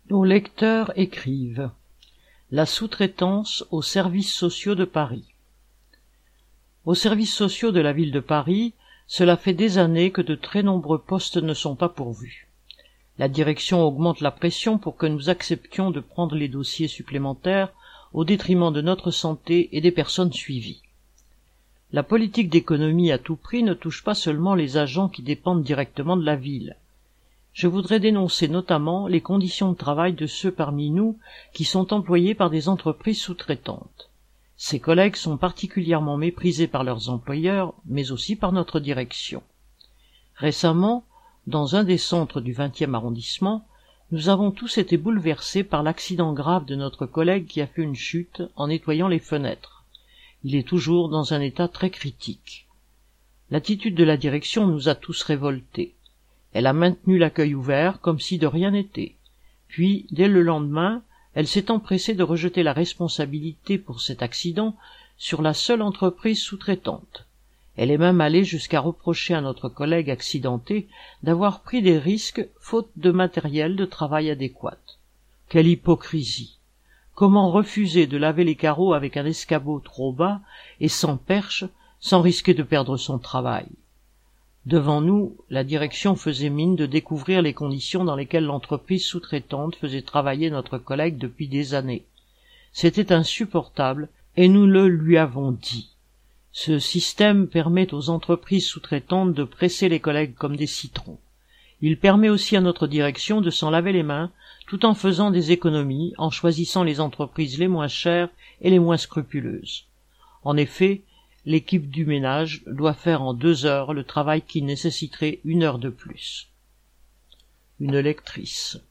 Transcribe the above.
Aux lecteurs écrivent. La sous-traitance aux services sociaux de Paris. Aux services sociaux de la ville de Paris, cela fait des années que de très nombreux postes ne sont pas pourvus. La direction augmente la pression pour que nous acceptions de prendre les dossiers supplémentaires au détriment de notre santé et des personnes suivies. La politique d'économie à tout prix ne touche pas seulement les agents qui dépendent directement de la ville. Je voudrais dénoncer notamment les conditions de travail de ceux parmi nous qui sont employés par des entreprises sous-traitantes. Ces collègues sont particulièrement méprisés par leurs employeurs, mais aussi par notre direction. Récemment, dans un des centres du 20e arrondissement, nous avons tous été bouleversés par l'accident grave de notre collègue qui a fait une chute en nettoyant les fenêtres. Il est toujours dans un état très critique. L'attitude de la direction nous a tous révoltés. Elle a maintenu l'accueil ouvert comme si de rien n'était. Puis, dès le lendemain, elle s'est empressée de rejeter la responsabilité pour cet accident sur la seule entreprise sous-traitante. Elle est même allée jusqu'à reprocher à notre collègue accidenté d'avoir pris des risques faute de matériel de travail adéquat. Quelle hypocrisie! Comment refuser de laver les carreaux avec un escabeau trop bas et sans perche, sans risquer de perdre son travail? Devant nous, la direction faisait mine de découvrir les conditions dans lesquelles l'entreprise sous-traitante faisait travailler notre collègue depuis des années. C'était insupportable et nous le lui avons dit. Ce système permet aux entreprises sous-traitantes de presser les collègues comme des citrons. Il permet aussi à notre direction de s'en laver les mains tout en faisant des économies, en choisissant les entreprises les moins chères et les moins scrupuleuses. En effet, l'équipe du ménage doit faire en 2 heures le travail qui nécessiterait 1 heure de plus. Une lectrice.